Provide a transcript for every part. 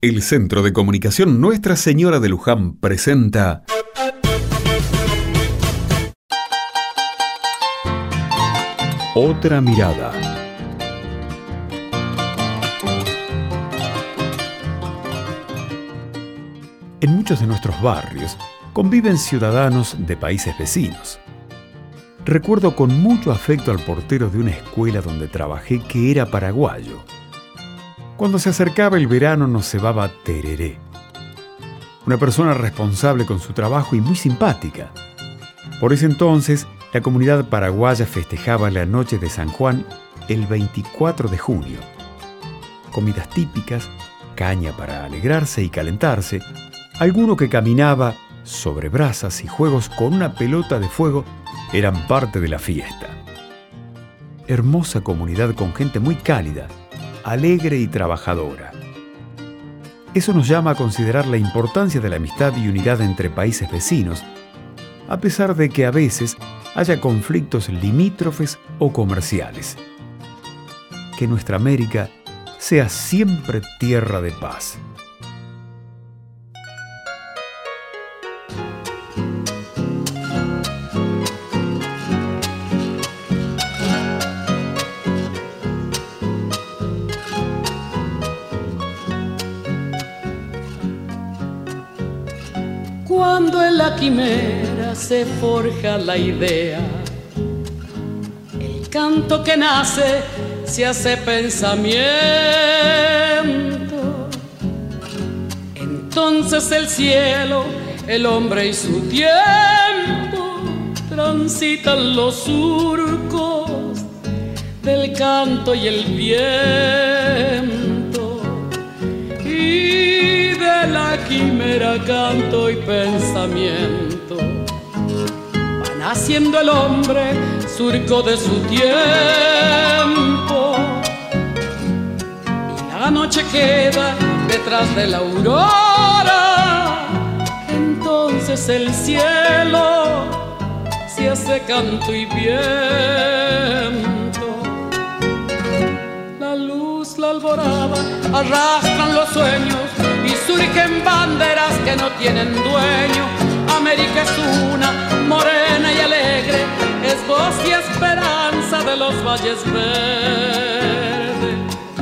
El Centro de Comunicación Nuestra Señora de Luján presenta Otra Mirada. En muchos de nuestros barrios conviven ciudadanos de países vecinos. Recuerdo con mucho afecto al portero de una escuela donde trabajé que era paraguayo. Cuando se acercaba el verano nos cebaba tereré. Una persona responsable con su trabajo y muy simpática. Por ese entonces, la comunidad paraguaya festejaba la noche de San Juan el 24 de junio. Comidas típicas, caña para alegrarse y calentarse, alguno que caminaba sobre brasas y juegos con una pelota de fuego eran parte de la fiesta. Hermosa comunidad con gente muy cálida, alegre y trabajadora. Eso nos llama a considerar la importancia de la amistad y unidad entre países vecinos, a pesar de que a veces haya conflictos limítrofes o comerciales. Que nuestra América sea siempre tierra de paz. Cuando en la quimera se forja la idea, el canto que nace se hace pensamiento. Entonces el cielo, el hombre y su tiempo transitan los surcos del canto y el viento. La quimera, canto y pensamiento van haciendo el hombre surco de su tiempo, y la noche queda detrás de la aurora. Entonces el cielo se hace canto y viento. La luz, la alborada arrastran los sueños y surgen banderas que no tienen dueño. América es una, morena y alegre, es voz y esperanza de los valles verdes.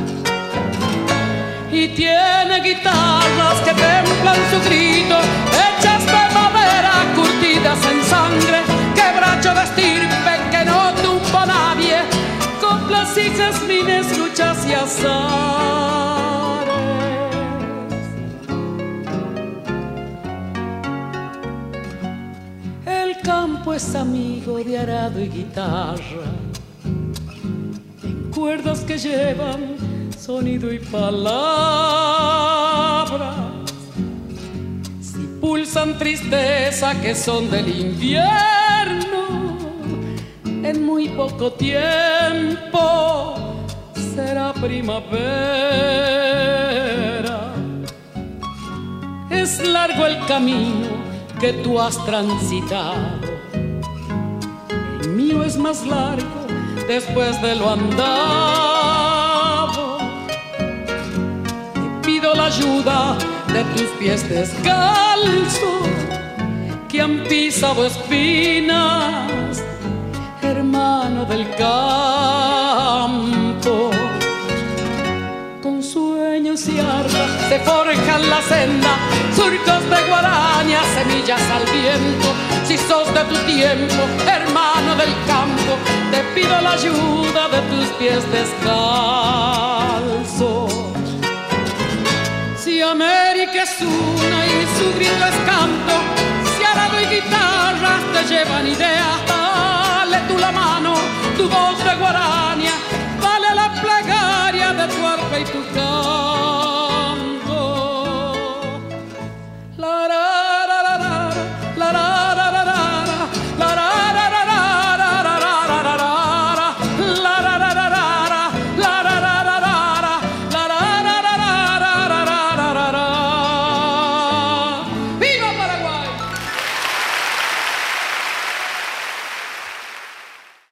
Y tiene guitarras que templan su grito, hechas de madera, curtidas en sangre, quebracho de estirpe que no tumba a nadie, coplas y jazmines, luchas y azar. El campo es amigo de arado y guitarra, en cuerdas que llevan sonido y palabras. Si pulsan tristeza que son del invierno, en muy poco tiempo será primavera. Es largo el camino que tú has transitado, el mío es más largo después de lo andado. Te pido la ayuda de tus pies descalzos que han pisado espinas, hermano del campo. Con sueños y armas se forjan la senda, surcos de guaraña, semillas al viento. Si sos de tu tiempo, hermano del campo, te pido la ayuda de tus pies descalzos. Si América es una y su grito es canto, si arado y guitarras te llevan ideas, dale tú la mano, tu voz de guaraña, dale la plegaria de tu arpa y tu canto.